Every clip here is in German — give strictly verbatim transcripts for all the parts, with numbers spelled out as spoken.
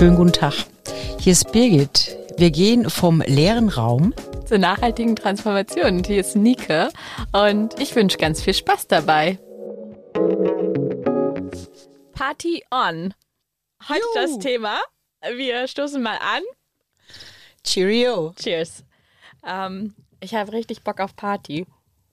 Schönen guten Tag. Hier ist Birgit. Wir gehen vom leeren Raum zur nachhaltigen Transformation. Und hier ist Nike und ich wünsche ganz viel Spaß dabei. Party on. Heute Juhu. Das Thema. Wir stoßen mal an. Cheerio. Cheers. Ähm, ich habe richtig Bock auf Party.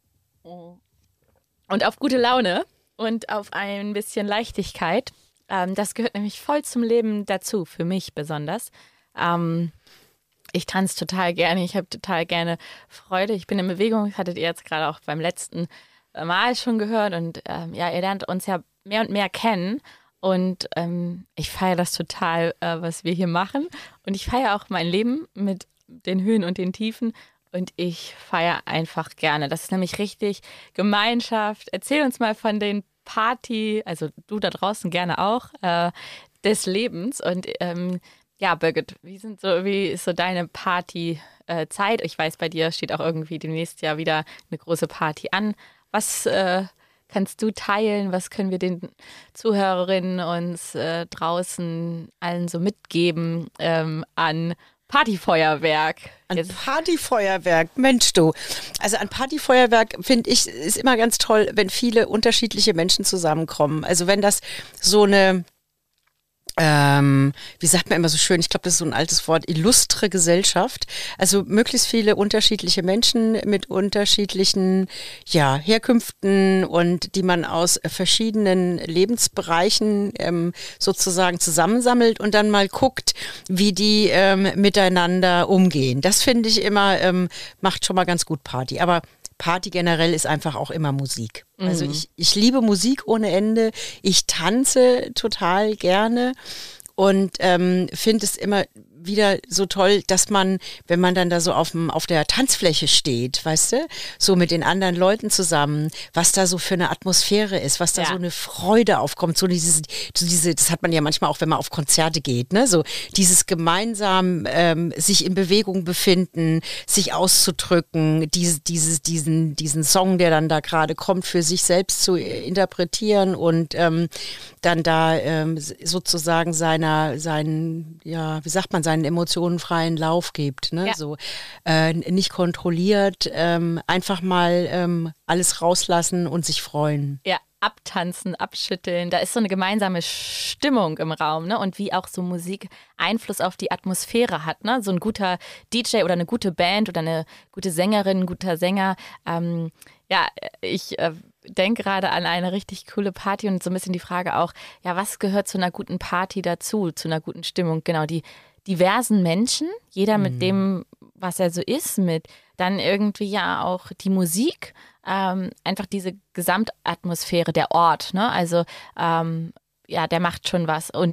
Und auf gute Laune und auf ein bisschen Leichtigkeit. Ähm, das gehört nämlich voll zum Leben dazu, für mich besonders. Ähm, ich tanze total gerne, ich habe total gerne Freude. Ich bin in Bewegung, das hattet ihr jetzt gerade auch beim letzten Mal schon gehört. Und ähm, ja, ihr lernt uns ja mehr und mehr kennen. Und ähm, ich feiere das total, äh, was wir hier machen. Und ich feiere auch mein Leben mit den Höhen und den Tiefen. Und ich feiere einfach gerne. Das ist nämlich richtig Gemeinschaft. Erzähl uns mal von den Party, also du da draußen gerne auch, äh, des Lebens. Und ähm, ja, Birgit, wie, sind so, wie ist so deine Partyzeit? Äh, ich weiß, bei dir steht auch irgendwie demnächst ja wieder eine große Party an. Was äh, kannst du teilen? Was können wir den Zuhörerinnen uns äh, draußen allen so mitgeben ähm, an Partyfeuerwerk? An Jetzt. Partyfeuerwerk, Mensch du. Also an Partyfeuerwerk finde ich, ist immer ganz toll, wenn viele unterschiedliche Menschen zusammenkommen. Also wenn das so eine, ähm, wie sagt man immer so schön, ich glaube, das ist so ein altes Wort, illustre Gesellschaft. Also möglichst viele unterschiedliche Menschen mit unterschiedlichen ja, Herkünften und die man aus verschiedenen Lebensbereichen ähm, sozusagen zusammensammelt und dann mal guckt, wie die ähm, miteinander umgehen. Das finde ich immer, ähm, macht schon mal ganz gut Party. Aber Party generell ist einfach auch immer Musik. Mhm. Also ich, ich liebe Musik ohne Ende. Ich tanze total gerne und ähm, finde es immer wieder so toll, dass man, wenn man dann da so auf, dem, auf der Tanzfläche steht, weißt du, so mit den anderen Leuten zusammen, was da so für eine Atmosphäre ist, was da ja. so eine Freude aufkommt, so dieses, so diese, das hat man ja manchmal auch, wenn man auf Konzerte geht, ne, so dieses gemeinsam ähm, sich in Bewegung befinden, sich auszudrücken, diese, dieses, diesen, diesen Song, der dann da gerade kommt, für sich selbst zu interpretieren und ähm, dann da ähm, sozusagen seiner, seinen, ja, wie sagt man, seinen Emotionen freien Lauf gibt, ne? Ja. So äh, nicht kontrolliert, ähm, einfach mal ähm, alles rauslassen und sich freuen. Ja, abtanzen, abschütteln, da ist so eine gemeinsame Stimmung im Raum, ne? Und wie auch so Musik Einfluss auf die Atmosphäre hat, ne? So ein guter D J oder eine gute Band oder eine gute Sängerin, ein guter Sänger, ähm, ja, ich äh, denke gerade an eine richtig coole Party und so ein bisschen die Frage auch, ja, was gehört zu einer guten Party dazu, zu einer guten Stimmung? Genau, die diversen Menschen, jeder mit mhm. dem, was er so ist, mit dann irgendwie ja auch die Musik, ähm, einfach diese Gesamtatmosphäre, der Ort, ne? Also ähm, ja, der macht schon was und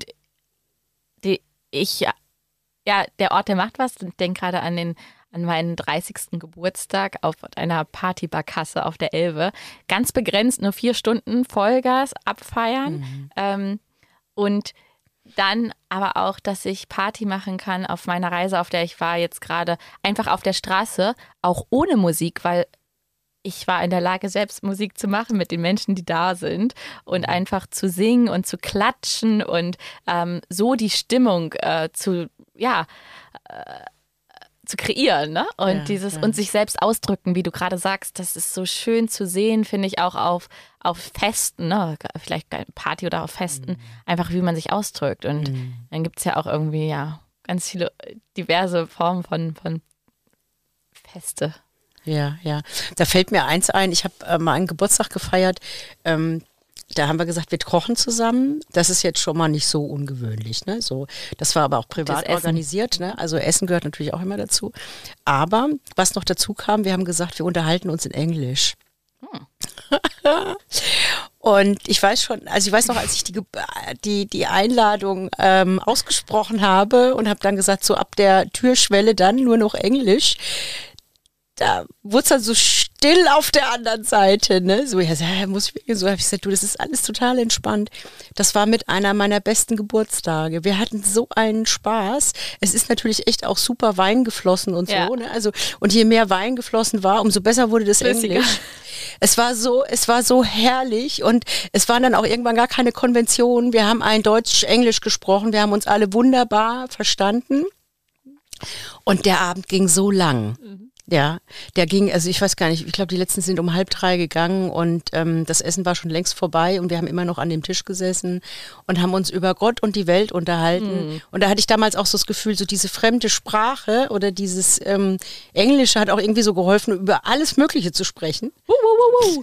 die, ich, ja, der Ort, der macht was und denke gerade an den an meinen dreißigsten Geburtstag auf einer Partybarkasse auf der Elbe. Ganz begrenzt, nur vier Stunden Vollgas abfeiern mhm. ähm, und dann aber auch, dass ich Party machen kann auf meiner Reise, auf der ich war jetzt gerade, einfach auf der Straße, auch ohne Musik, weil ich war in der Lage, selbst Musik zu machen mit den Menschen, die da sind und einfach zu singen und zu klatschen und ähm, so die Stimmung äh, zu, ja, äh, zu kreieren, ne? Und ja, dieses ja. und sich selbst ausdrücken, wie du gerade sagst, das ist so schön zu sehen, finde ich auch auf, auf Festen, ne? Vielleicht Party oder auf Festen, mhm. einfach wie man sich ausdrückt. Und mhm. dann gibt es ja auch irgendwie ja ganz viele diverse Formen von, von Feste. Ja, ja. Da fällt mir eins ein, ich habe äh, mal einen Geburtstag gefeiert, ähm, da haben wir gesagt, wir kochen zusammen. Das ist jetzt schon mal nicht so ungewöhnlich, ne? So, das war aber auch privat organisiert, ne? Also Essen gehört natürlich auch immer dazu. Aber was noch dazu kam, wir haben gesagt, wir unterhalten uns in Englisch. Hm. Und ich weiß schon, also ich weiß noch, als ich die die die Einladung ähm, ausgesprochen habe und habe dann gesagt, so ab der Türschwelle dann nur noch Englisch. da wurde es dann so still auf der anderen Seite, ne? So, ja, muss ich so, habe ich gesagt, du, das ist alles total entspannt. Das war mit einer meiner besten Geburtstage. Wir hatten so einen Spaß. Es ist natürlich echt auch super Wein geflossen und so, ja. ne? Also, und je mehr Wein geflossen war, umso besser wurde das Flüssiger. Englisch. Es war so, es war so herrlich und es waren dann auch irgendwann gar keine Konventionen. Wir haben ein Deutsch-Englisch gesprochen. Wir haben uns alle wunderbar verstanden. Und der Abend ging so lang. Mhm. Ja, der ging, also ich weiß gar nicht, ich glaube, die letzten sind um halb drei gegangen und ähm, das Essen war schon längst vorbei und wir haben immer noch an dem Tisch gesessen und haben uns über Gott und die Welt unterhalten. Mhm. Und da hatte ich damals auch so das Gefühl, so diese fremde Sprache oder dieses ähm, Englische hat auch irgendwie so geholfen, über alles Mögliche zu sprechen. Uh, uh, uh, uh.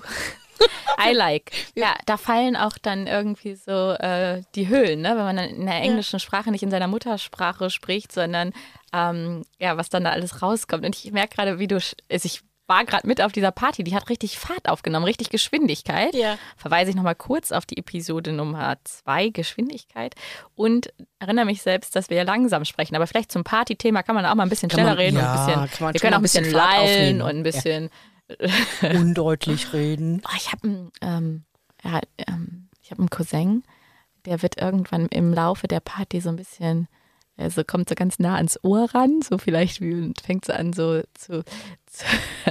I like. Ja, da fallen auch dann irgendwie so äh, die Hüllen, ne? Wenn man dann in der englischen Sprache nicht in seiner Muttersprache spricht, sondern ähm, ja, was dann da alles rauskommt. Und ich merke gerade, wie du, also ich war gerade mit auf dieser Party, die hat richtig Fahrt aufgenommen, richtig Geschwindigkeit. Ja. Verweise ich nochmal kurz auf die Episode Nummer zwei, Geschwindigkeit. Und erinnere mich selbst, dass wir ja langsam sprechen. Aber vielleicht zum Partythema kann man auch mal ein bisschen kann schneller man, reden. Ja, und ein bisschen, kann man wir können auch ein bisschen lallen und ein bisschen... Ja. Undeutlich reden. Oh, ich habe einen, ähm, ja, ähm, ich habe einen Cousin, der wird irgendwann im Laufe der Party so ein bisschen, also kommt so ganz nah ans Ohr ran, so vielleicht wie und fängt so an, so zu, zu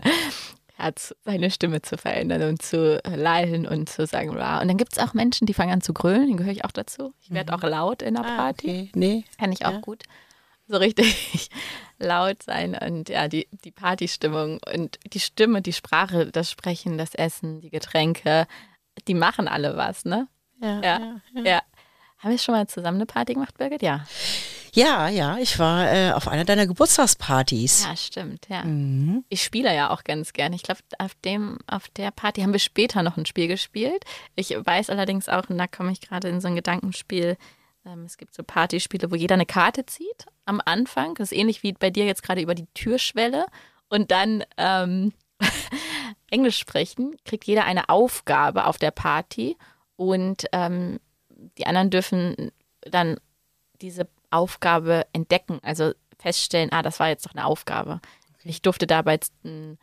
ja, zu, seine Stimme zu verändern und zu lallen und zu sagen, wow. Und dann gibt es auch Menschen, die fangen an zu grölen, den gehöre ich auch dazu. Ich werde auch laut in der Party. Ah, okay. Nee. Kann ich auch ja. gut. So richtig laut sein und ja, die, die Partystimmung und die Stimme, die Sprache, das Sprechen, das Essen, die Getränke, die machen alle was, ne? Ja. Ja. ja, ja. ja. Haben wir schon mal zusammen eine Party gemacht, Birgit? Ja. Ja, ja, ich war äh, auf einer deiner Geburtstagspartys. Ja, stimmt, ja. Mhm. Ich spiele ja auch ganz gern. Ich glaube, auf dem, auf der Party haben wir später noch ein Spiel gespielt. Ich weiß allerdings auch, und da komme ich gerade in so ein Gedankenspiel, ähm, es gibt so Partyspiele, wo jeder eine Karte zieht am Anfang. Das ist ähnlich wie bei dir jetzt gerade über die Türschwelle. Und dann ähm, Englisch sprechen, kriegt jeder eine Aufgabe auf der Party. Und ähm, die anderen dürfen dann diese Aufgabe entdecken, also feststellen, ah, das war jetzt doch eine Aufgabe. Ich durfte dabei jetzt einen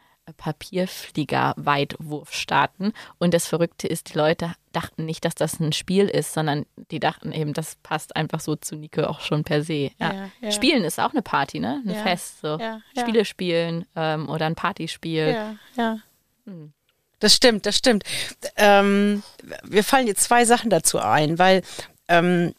Papierflieger-Weitwurf starten und das Verrückte ist, die Leute dachten nicht, dass das ein Spiel ist, sondern die dachten eben, das passt einfach so zu Nike auch schon per se. Ja. Ja, ja. Spielen ist auch eine Party, ne? Ein Ja, Fest, so ja, ja. Spiele spielen ähm, oder ein Partyspiel. Ja, ja. Hm. Das stimmt, das stimmt. Ähm, wir fallen jetzt zwei Sachen dazu ein, weil ähm,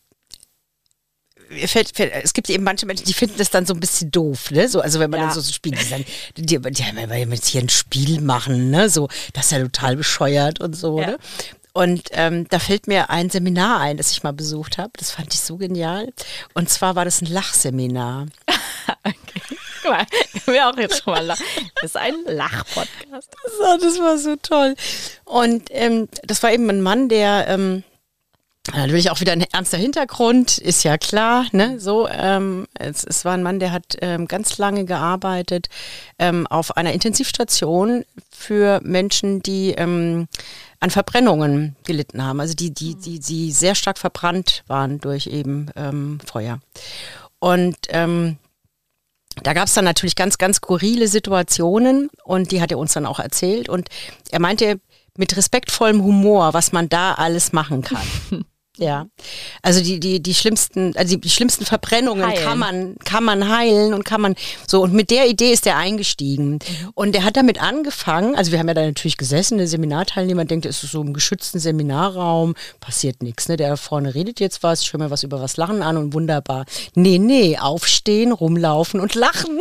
Fällt, fällt, es gibt eben manche Menschen, die finden das dann so ein bisschen doof, ne? So, also wenn man Ja. dann so, so spielt, die sagen, die, die, die haben ja jetzt hier ein Spiel machen, ne? So, das ist ja total bescheuert und so, Ja. ne? Und ähm, da fällt mir ein Seminar ein, das ich mal besucht habe. Das fand ich so genial. Und zwar war das ein Lachseminar. Okay. Guck mal, können wir auch jetzt schon mal lachen. Das ist ein Lachpodcast. Das war, das war so toll. Und ähm, das war eben ein Mann, der ähm, natürlich auch wieder ein ernster Hintergrund, ist ja klar, ne, so, ähm, es, es war ein Mann, der hat ähm, ganz lange gearbeitet ähm, auf einer Intensivstation für Menschen, die ähm, an Verbrennungen gelitten haben, also die, die, die, die sehr stark verbrannt waren durch eben ähm, Feuer. Und ähm, da gab es dann natürlich ganz, ganz skurrile Situationen und die hat er uns dann auch erzählt und er meinte mit respektvollem Humor, was man da alles machen kann. Ja, also die, die, die schlimmsten, also die, die schlimmsten Verbrennungen Heilen. kann man, kann man heilen und kann man so, und mit der Idee ist er eingestiegen. Und er hat damit angefangen, also wir haben ja da natürlich gesessen, der Seminarteilnehmer denkt, es ist so im geschützten Seminarraum, passiert nichts, ne? Der da vorne redet jetzt was, ich höre mir was über was Lachen an und wunderbar. Nee, nee, aufstehen, rumlaufen und lachen.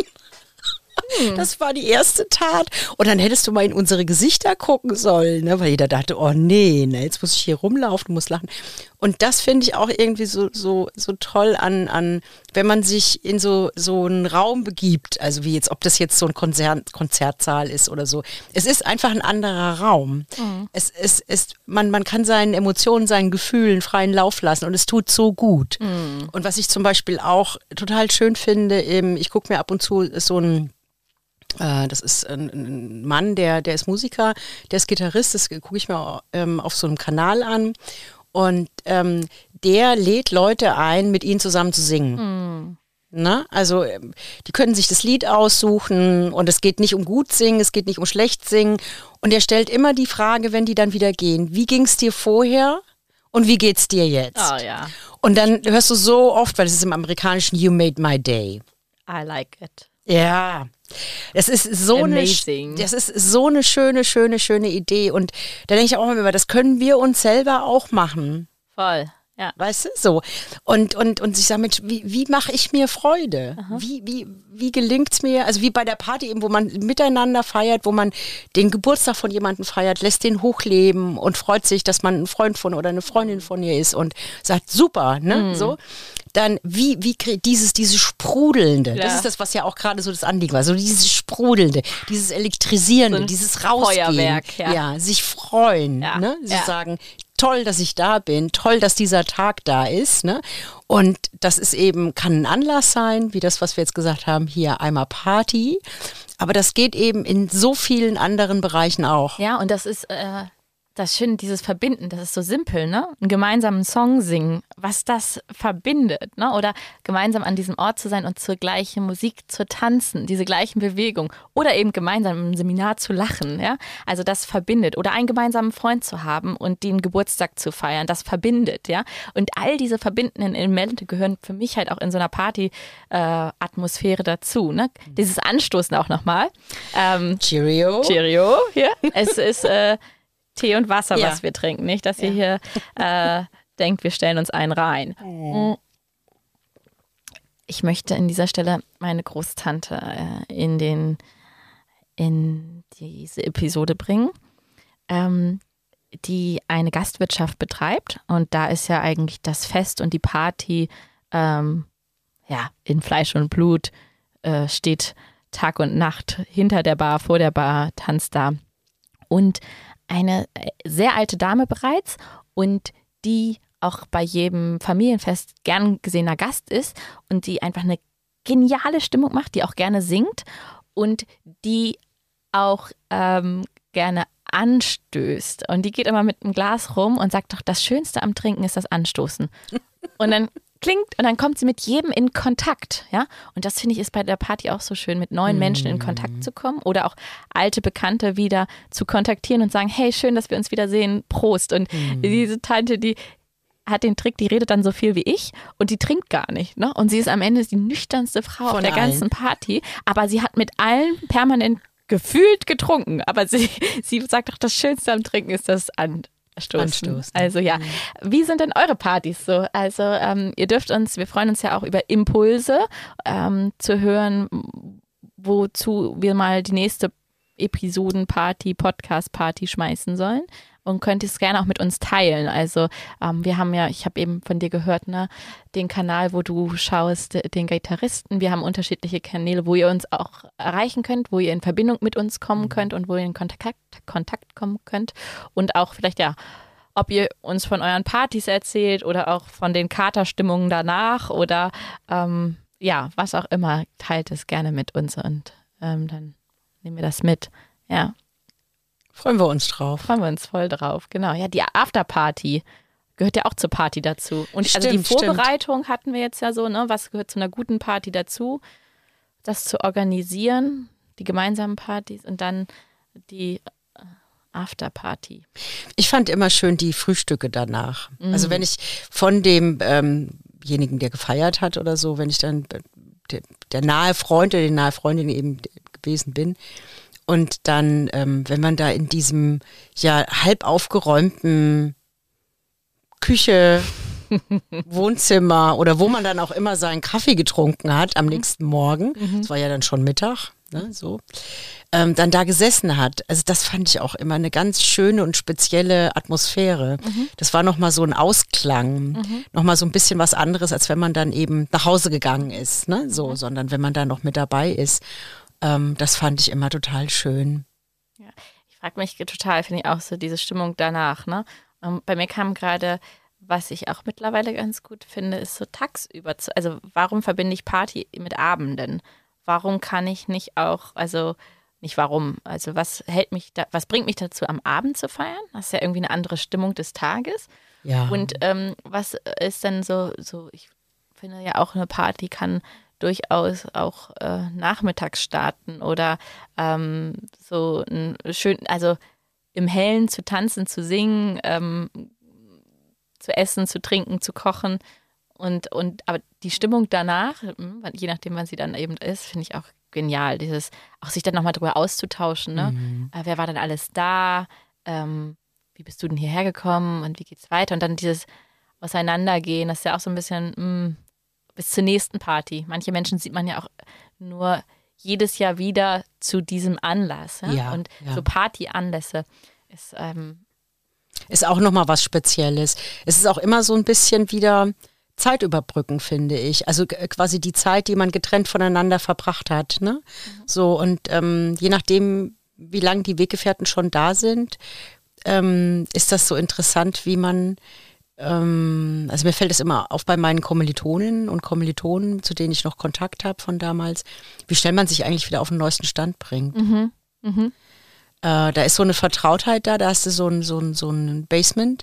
Das war die erste Tat. Und dann hättest du mal in unsere Gesichter gucken sollen, ne? Weil jeder dachte, oh nee, ne, jetzt muss ich hier rumlaufen, muss lachen. Und das finde ich auch irgendwie so, so, so toll an, an, wenn man sich in so, so einen Raum begibt, also wie jetzt, ob das jetzt so ein Konzert, Konzertsaal ist oder so. Es ist einfach ein anderer Raum. Mhm. Es, es ist, man, man kann seinen Emotionen, seinen Gefühlen freien Lauf lassen und es tut so gut. Mhm. Und was ich zum Beispiel auch total schön finde, eben, ich gucke mir ab und zu so ein Das ist ein Mann, der, der ist Musiker, der ist Gitarrist, das gucke ich mir ähm, auf so einem Kanal an. Und ähm, der lädt Leute ein, mit ihnen zusammen zu singen. Mm. Ne? Also die können sich das Lied aussuchen und es geht nicht um gut singen, es geht nicht um schlecht singen. Und er stellt immer die Frage, wenn die dann wieder gehen, wie ging es dir vorher und wie geht's dir jetzt? Oh ja. Und dann hörst du so oft, weil es ist im Amerikanischen You made my day. I like it. Ja, das ist so Amazing. eine, das ist so eine schöne, schöne, schöne Idee. Und da denke ich auch immer, das können wir uns selber auch machen. Voll. Ja. Weißt du, so. Und, und, und ich sage, Mensch, wie, wie mache ich mir Freude? Wie, wie, wie gelingt es mir? Also wie bei der Party eben, wo man miteinander feiert, wo man den Geburtstag von jemandem feiert, lässt den hochleben und freut sich, dass man ein Freund von oder eine Freundin von ihr ist und sagt, super, ne, Mhm. so. Dann wie, wie dieses, dieses Sprudelnde, Ja. das ist das, was ja auch gerade so das Anliegen war, so dieses Sprudelnde, dieses Elektrisierende, So ein dieses Rausgehen, Feuerwerk, ja. ja, sich freuen, Ja. ne, sie Ja. sagen, toll, dass ich da bin, toll, dass dieser Tag da ist, ne? Und das ist eben, kann ein Anlass sein, wie das, was wir jetzt gesagt haben, hier einmal Party, aber das geht eben in so vielen anderen Bereichen auch. Ja, und das ist äh, das Schöne, dieses Verbinden, das ist so simpel, ne? Einen gemeinsamen Song singen, was das verbindet, ne? Oder gemeinsam an diesem Ort zu sein und zur gleichen Musik zu tanzen, diese gleichen Bewegungen. Oder eben gemeinsam im Seminar zu lachen, ja? Also das verbindet. Oder einen gemeinsamen Freund zu haben und den Geburtstag zu feiern, das verbindet, ja? Und all diese verbindenden Elemente gehören für mich halt auch in so einer Party-Atmosphäre dazu, ne? Dieses Anstoßen auch nochmal. Ähm, Cheerio. Cheerio, hier. Es ist äh, Tee und Wasser, Ja. was wir trinken. Nicht, dass ihr hier äh, denkt, wir stellen uns einen rein. Ich möchte in dieser Stelle meine Großtante äh, in, den, in diese Episode bringen, ähm, die eine Gastwirtschaft betreibt. Und da ist ja eigentlich das Fest und die Party ähm, ja, in Fleisch und Blut, äh, steht Tag und Nacht hinter der Bar, vor der Bar, tanzt da. Und eine sehr alte Dame bereits und die auch bei jedem Familienfest gern gesehener Gast ist und die einfach eine geniale Stimmung macht, die auch gerne singt und die auch ähm, gerne anstößt. Und die geht immer mit einem Glas rum und sagt doch, das Schönste am Trinken ist das Anstoßen. Und dann klingt und dann kommt sie mit jedem in Kontakt, ja. Und das finde ich ist bei der Party auch so schön, mit neuen Menschen in Kontakt zu kommen oder auch alte Bekannte wieder zu kontaktieren und sagen, hey, schön, dass wir uns wiedersehen, Prost. Und Mhm. diese Tante, die hat den Trick, die redet dann so viel wie ich und die trinkt gar nicht, ne? Und sie ist am Ende die nüchternste Frau auf Von der allen. ganzen Party, aber sie hat mit allen permanent gefühlt getrunken, aber sie, sie sagt doch, das Schönste am Trinken ist das An Anstoßen. Anstoßen. Also ja, wie sind denn eure Partys so? Also ähm, ihr dürft uns, wir freuen uns ja auch über Impulse ähm, zu hören, wozu wir mal die nächste Episodenparty, Podcast-Party schmeißen sollen. Und könnt es gerne auch mit uns teilen. Also ähm, wir haben ja, ich habe eben von dir gehört, ne, den Kanal, wo du schaust, den Gitarristen. Wir haben unterschiedliche Kanäle, wo ihr uns auch erreichen könnt, wo ihr in Verbindung mit uns kommen könnt und wo ihr in Kontakt, Kontakt kommen könnt. Und auch vielleicht, ja, ob ihr uns von euren Partys erzählt oder auch von den Katerstimmungen danach oder ähm, ja, was auch immer, teilt es gerne mit uns und ähm, dann nehmen wir das mit. Ja. Freuen wir uns drauf. Freuen wir uns voll drauf, genau. Ja, die Afterparty gehört ja auch zur Party dazu. Und Stimmt, also die stimmt. Vorbereitung hatten wir jetzt ja so, ne? Was gehört zu einer guten Party dazu? Das zu organisieren, die gemeinsamen Partys und dann die äh, Afterparty. Ich fand immer schön die Frühstücke danach. Also wenn ich von demjenigen, der gefeiert hat oder so, wenn ich dann der, der nahe Freund oder die nahe Freundin eben gewesen bin, und dann, ähm, wenn man da in diesem ja halb aufgeräumten Küche, Wohnzimmer oder wo man dann auch immer seinen Kaffee getrunken hat am nächsten Morgen, es war ja dann schon Mittag, ne, so, ähm, dann da gesessen hat. Also das fand ich auch immer eine ganz schöne und spezielle Atmosphäre. Mhm. Das war nochmal so ein Ausklang, mhm. nochmal so ein bisschen was anderes, als wenn man dann eben nach Hause gegangen ist, ne, so, mhm. sondern wenn man da noch mit dabei ist. Ähm, das fand ich immer total schön. Ja, ich frage mich total, finde ich auch so diese Stimmung danach. Ne? Ähm, bei mir kam gerade, was ich auch mittlerweile ganz gut finde, ist so tagsüber. Zu, also warum verbinde ich Party mit Abenden? Warum kann ich nicht auch, also nicht warum, also was hält mich da, was bringt mich dazu, am Abend zu feiern? Das ist ja irgendwie eine andere Stimmung des Tages. Ja. Und ähm, was ist denn so, so, ich finde ja auch eine Party kann durchaus auch äh, nachmittags starten oder ähm, so ein schön, also im Hellen zu tanzen, zu singen, ähm, zu essen, zu trinken, zu kochen. Und, und aber die Stimmung danach, je nachdem, wann sie dann eben ist, finde ich auch genial. Dieses, auch sich dann nochmal drüber auszutauschen. Ne? Mhm. Äh, wer war denn alles da? Ähm, wie bist du denn hierher gekommen? Und wie geht's weiter? Und dann dieses Auseinandergehen, das ist ja auch so ein bisschen mh, bis zur nächsten Party. Manche Menschen sieht man ja auch nur jedes Jahr wieder zu diesem Anlass. Ja? Ja, und ja. so Partyanlässe ist ähm, ist auch nochmal was Spezielles. Es ist auch immer so ein bisschen wieder Zeit überbrücken, finde ich. Also quasi die Zeit, die man getrennt voneinander verbracht hat. Ne? Mhm. So, und ähm, je nachdem, wie lange die Weggefährten schon da sind, ähm, ist das so interessant, wie man, ähm, also mir fällt es immer auf bei meinen Kommilitoninnen und Kommilitonen, zu denen ich noch Kontakt habe von damals, wie schnell man sich eigentlich wieder auf den neuesten Stand bringt. Mhm. Mhm. Äh, da ist so eine Vertrautheit da, da hast du so ein, so ein, so ein Basement,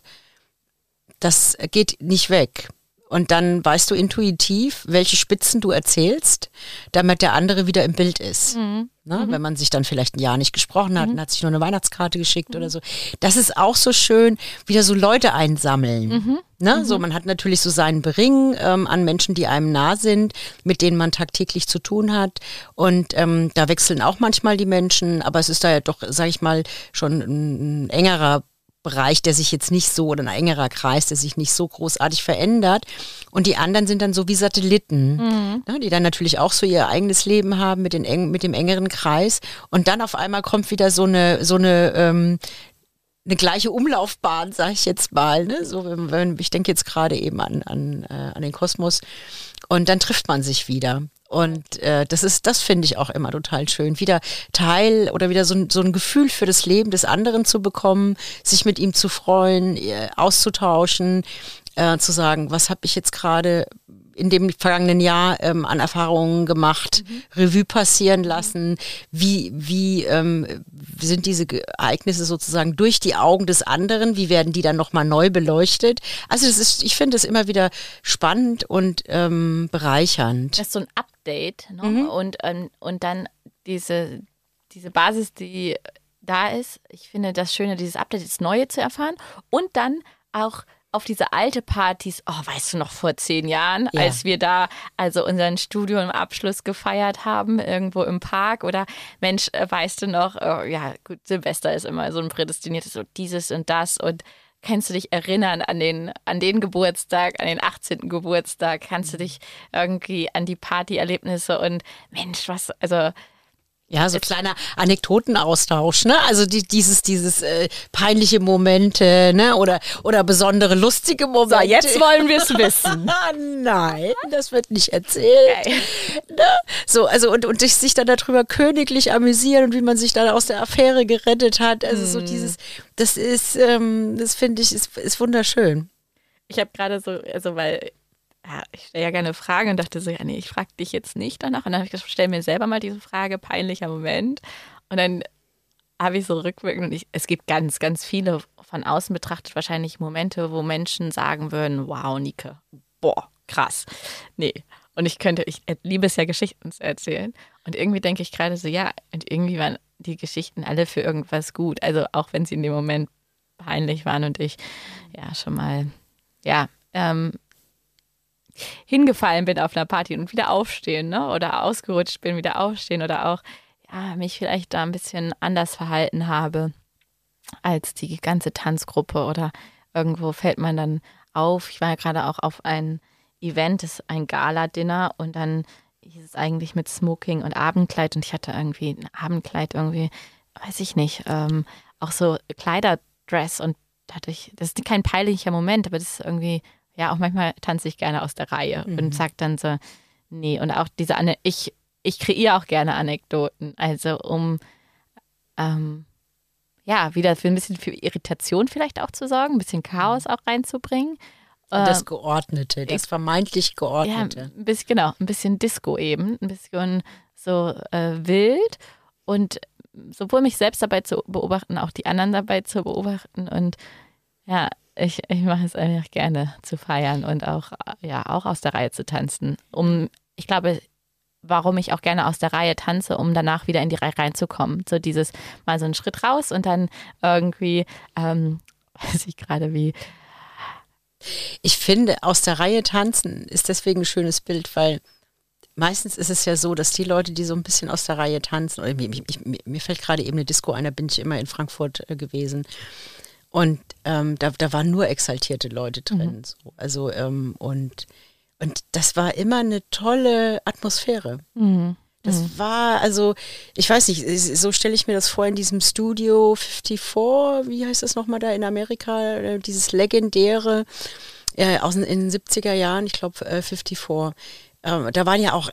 das geht nicht weg. Und dann weißt du intuitiv, welche Spitzen du erzählst, damit der andere wieder im Bild ist. Mhm. Ne? Mhm. Wenn man sich dann vielleicht ein Jahr nicht gesprochen hat mhm. und hat sich nur eine Weihnachtskarte geschickt mhm. oder so. Das ist auch so schön, wieder so Leute einsammeln. Mhm. Ne? Mhm. So, man hat natürlich so seinen Bering ähm, an Menschen, die einem nah sind, mit denen man tagtäglich zu tun hat. Und ähm, da wechseln auch manchmal die Menschen, aber es ist da ja doch, sag ich mal, schon ein, ein engerer Bereich, der sich jetzt nicht so, oder ein engerer Kreis, der sich nicht so großartig verändert. Und die anderen sind dann so wie Satelliten, mhm. ne, die dann natürlich auch so ihr eigenes Leben haben mit, den eng, mit dem engeren Kreis. Und dann auf einmal kommt wieder so eine, so eine, ähm, eine gleiche Umlaufbahn, sag ich jetzt mal. Ne? So, wenn, wenn, ich denke jetzt gerade eben an, an, äh, an den Kosmos. Und dann trifft man sich wieder. Und äh, das ist, das finde ich auch immer total schön, wieder Teil oder wieder so ein, so ein Gefühl für das Leben des anderen zu bekommen, sich mit ihm zu freuen, äh, auszutauschen, äh, zu sagen, was habe ich jetzt gerade in dem vergangenen Jahr ähm, an Erfahrungen gemacht, mhm. Revue passieren lassen, wie, wie ähm, sind diese Ereignisse sozusagen durch die Augen des anderen, wie werden die dann nochmal neu beleuchtet. Also das ist, ich finde es immer wieder spannend und ähm, bereichernd. Das ist so ein Update, ne? mhm. und, ähm, und dann diese, diese Basis, die da ist. Ich finde das Schöne, dieses Update, das Neue zu erfahren und dann auch auf diese alte Partys, oh, weißt du noch, vor zehn Jahren, ja. als wir da also unseren Studiumabschluss gefeiert haben, irgendwo im Park oder Mensch, weißt du noch, oh, ja gut, Silvester ist immer so ein prädestiniertes, so dieses und das und kannst du dich erinnern an den, an den Geburtstag, an den achtzehnten Geburtstag, kannst du dich irgendwie an die Partyerlebnisse und Mensch, was, also ja, so kleiner Anekdotenaustausch, ne? Also die, dieses, dieses äh, peinliche Momente, ne? Oder oder besondere lustige Momente. So, jetzt wollen wir es wissen. Nein, das wird nicht erzählt. Okay. Ne? So, also und und sich dann darüber königlich amüsieren und wie man sich dann aus der Affäre gerettet hat. Also hm. so dieses, das ist, ähm, das finde ich, ist, ist wunderschön. Ich habe gerade so, also weil ja, ich stelle ja gerne Fragen und dachte so, ja nee, ich frage dich jetzt nicht danach. Und dann habe ich gesagt, stell mir selber mal diese Frage, peinlicher Moment. Und dann habe ich so rückwirkend, und ich, es gibt ganz, ganz viele von außen betrachtet wahrscheinlich Momente, wo Menschen sagen würden, wow, Nike, boah, krass. Nee. Und ich könnte, ich liebe es ja, Geschichten zu erzählen. Und irgendwie denke ich gerade so, ja, und irgendwie waren die Geschichten alle für irgendwas gut. Also auch wenn sie in dem Moment peinlich waren und ich ja schon mal, ja, ähm, hingefallen bin auf einer Party und wieder aufstehen, ne? Oder ausgerutscht bin, wieder aufstehen oder auch ja, mich vielleicht da ein bisschen anders verhalten habe als die ganze Tanzgruppe oder irgendwo fällt man dann auf. Ich war ja gerade auch auf ein Event, das ist ein Gala-Dinner und dann hieß es eigentlich mit Smoking und Abendkleid und ich hatte irgendwie ein Abendkleid irgendwie, weiß ich nicht, ähm, auch so Kleiderdress und dadurch, das ist kein peinlicher Moment, aber das ist irgendwie ja, auch manchmal tanze ich gerne aus der Reihe mhm. und sag dann so, nee. Und auch diese, Ane- ich, ich kreiere auch gerne Anekdoten, also um, ähm, ja, wieder für ein bisschen für Irritation vielleicht auch zu sorgen, ein bisschen Chaos auch reinzubringen. Das Geordnete, das vermeintlich Geordnete. Ja, ein bisschen, genau, ein bisschen Disco eben, ein bisschen so äh, wild und sowohl mich selbst dabei zu beobachten, auch die anderen dabei zu beobachten und ja, Ich, ich mache es einfach gerne zu feiern und auch, ja, auch aus der Reihe zu tanzen. Um, ich glaube, warum ich auch gerne aus der Reihe tanze, um danach wieder in die Reihe reinzukommen. So dieses mal so einen Schritt raus und dann irgendwie, ähm, weiß ich gerade wie. Ich finde, aus der Reihe tanzen ist deswegen ein schönes Bild, weil meistens ist es ja so, dass die Leute, die so ein bisschen aus der Reihe tanzen, oder mir, ich, mir fällt gerade eben eine Disco ein, da bin ich immer in Frankfurt äh, gewesen. Und ähm, da, da waren nur exaltierte Leute drin. Mhm. So. Also, ähm, und, und das war immer eine tolle Atmosphäre. Mhm. Das mhm. war, also, ich weiß nicht, so stelle ich mir das vor in diesem Studio vierundfünfzig, wie heißt das nochmal da in Amerika, dieses legendäre, äh, aus in den siebziger Jahren, ich glaube äh, vierundfünfzig. Ähm, da waren ja auch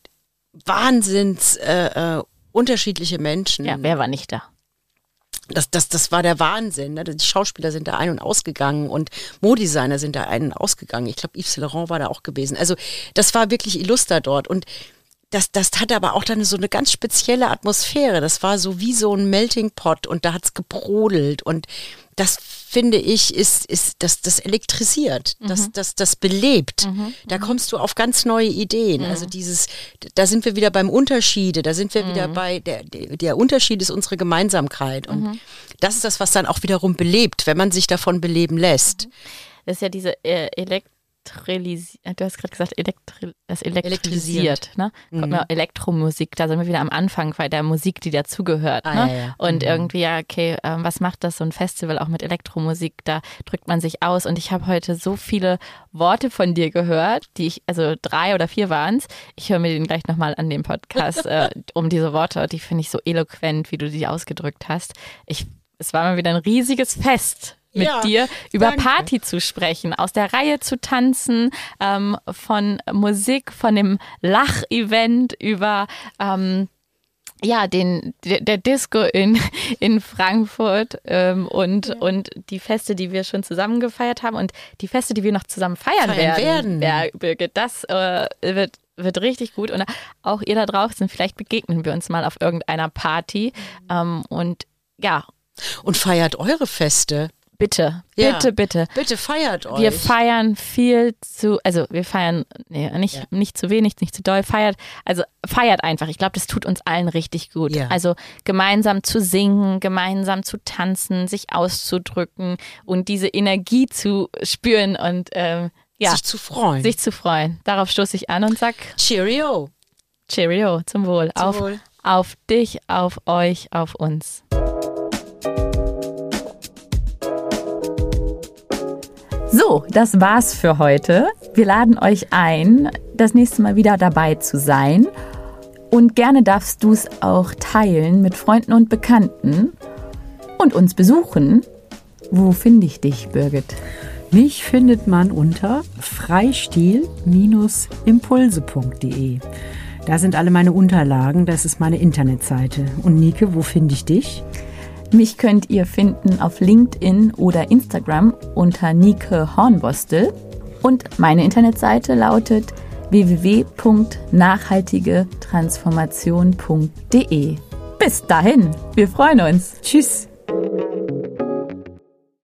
wahnsinns äh, äh, unterschiedliche Menschen. Ja, wer war nicht da? Das, das, das war der Wahnsinn. Ne? Die Schauspieler sind da ein- und ausgegangen und Modedesigner sind da ein- und ausgegangen. Ich glaube, Yves Saint Laurent war da auch gewesen. Also das war wirklich illuster dort. Und das, das hatte aber auch dann so eine ganz spezielle Atmosphäre. Das war so wie so ein Melting Pot und da hat es gebrodelt. Und das, finde ich, ist, ist das, das elektrisiert, mhm. das, das, das belebt. Mhm. Da kommst du auf ganz neue Ideen. Mhm. Also dieses, da sind wir wieder beim Unterschiede, da sind wir mhm. wieder bei, der, der Unterschied ist unsere Gemeinsamkeit. Und mhm. das ist das, was dann auch wiederum belebt, wenn man sich davon beleben lässt. Das ist ja diese äh, Elekt Du hast gerade gesagt, elektri das elektrisiert. Ne? Mhm. Mal, Elektromusik, da sind wir wieder am Anfang bei der Musik, die dazugehört. Ah, ne? ja, ja. Und mhm. irgendwie, ja, okay, ähm, was macht das so ein Festival auch mit Elektromusik? Da drückt man sich aus. Und ich habe heute so viele Worte von dir gehört, die ich, also drei oder vier waren es. Ich höre mir den gleich nochmal an dem Podcast äh, um diese Worte. Die finde ich so eloquent, wie du die ausgedrückt hast. Ich, es war mal wieder ein riesiges Fest, mit ja, dir über danke. Party zu sprechen, aus der Reihe zu tanzen, ähm, von Musik, von dem Lach-Event über ähm, ja, den, der, der Disco in, in Frankfurt ähm, und, ja. und die Feste, die wir schon zusammen gefeiert haben und die Feste, die wir noch zusammen feiern, feiern werden. werden. Ja, Birgit, das äh, wird wird richtig gut und auch ihr da draußen, vielleicht begegnen wir uns mal auf irgendeiner Party ähm, und ja. Und feiert eure Feste. Bitte, ja, bitte, bitte. Bitte feiert euch. Wir feiern viel zu, also wir feiern nee, nicht, ja. nicht zu wenig, nicht zu doll, feiert, also feiert einfach. Ich glaube, das tut uns allen richtig gut. Ja. Also gemeinsam zu singen, gemeinsam zu tanzen, sich auszudrücken und diese Energie zu spüren und ähm, ja, sich zu freuen. Sich zu freuen. Darauf stoße ich an und sag Cheerio. Cheerio, zum Wohl. Zum auf, Wohl. auf dich, auf euch, auf uns. So, das war's für heute. Wir laden euch ein, das nächste Mal wieder dabei zu sein. Und gerne darfst du es auch teilen mit Freunden und Bekannten und uns besuchen. Wo finde ich dich, Birgit? Mich findet man unter freistil Bindestrich impulse punkt de. Da sind alle meine Unterlagen, das ist meine Internetseite. Und Nike, wo finde ich dich? Mich könnt ihr finden auf LinkedIn oder Instagram unter Nike Hornbostel. Und meine Internetseite lautet w w w punkt nachhaltige transformation punkt de. Bis dahin, wir freuen uns. Tschüss.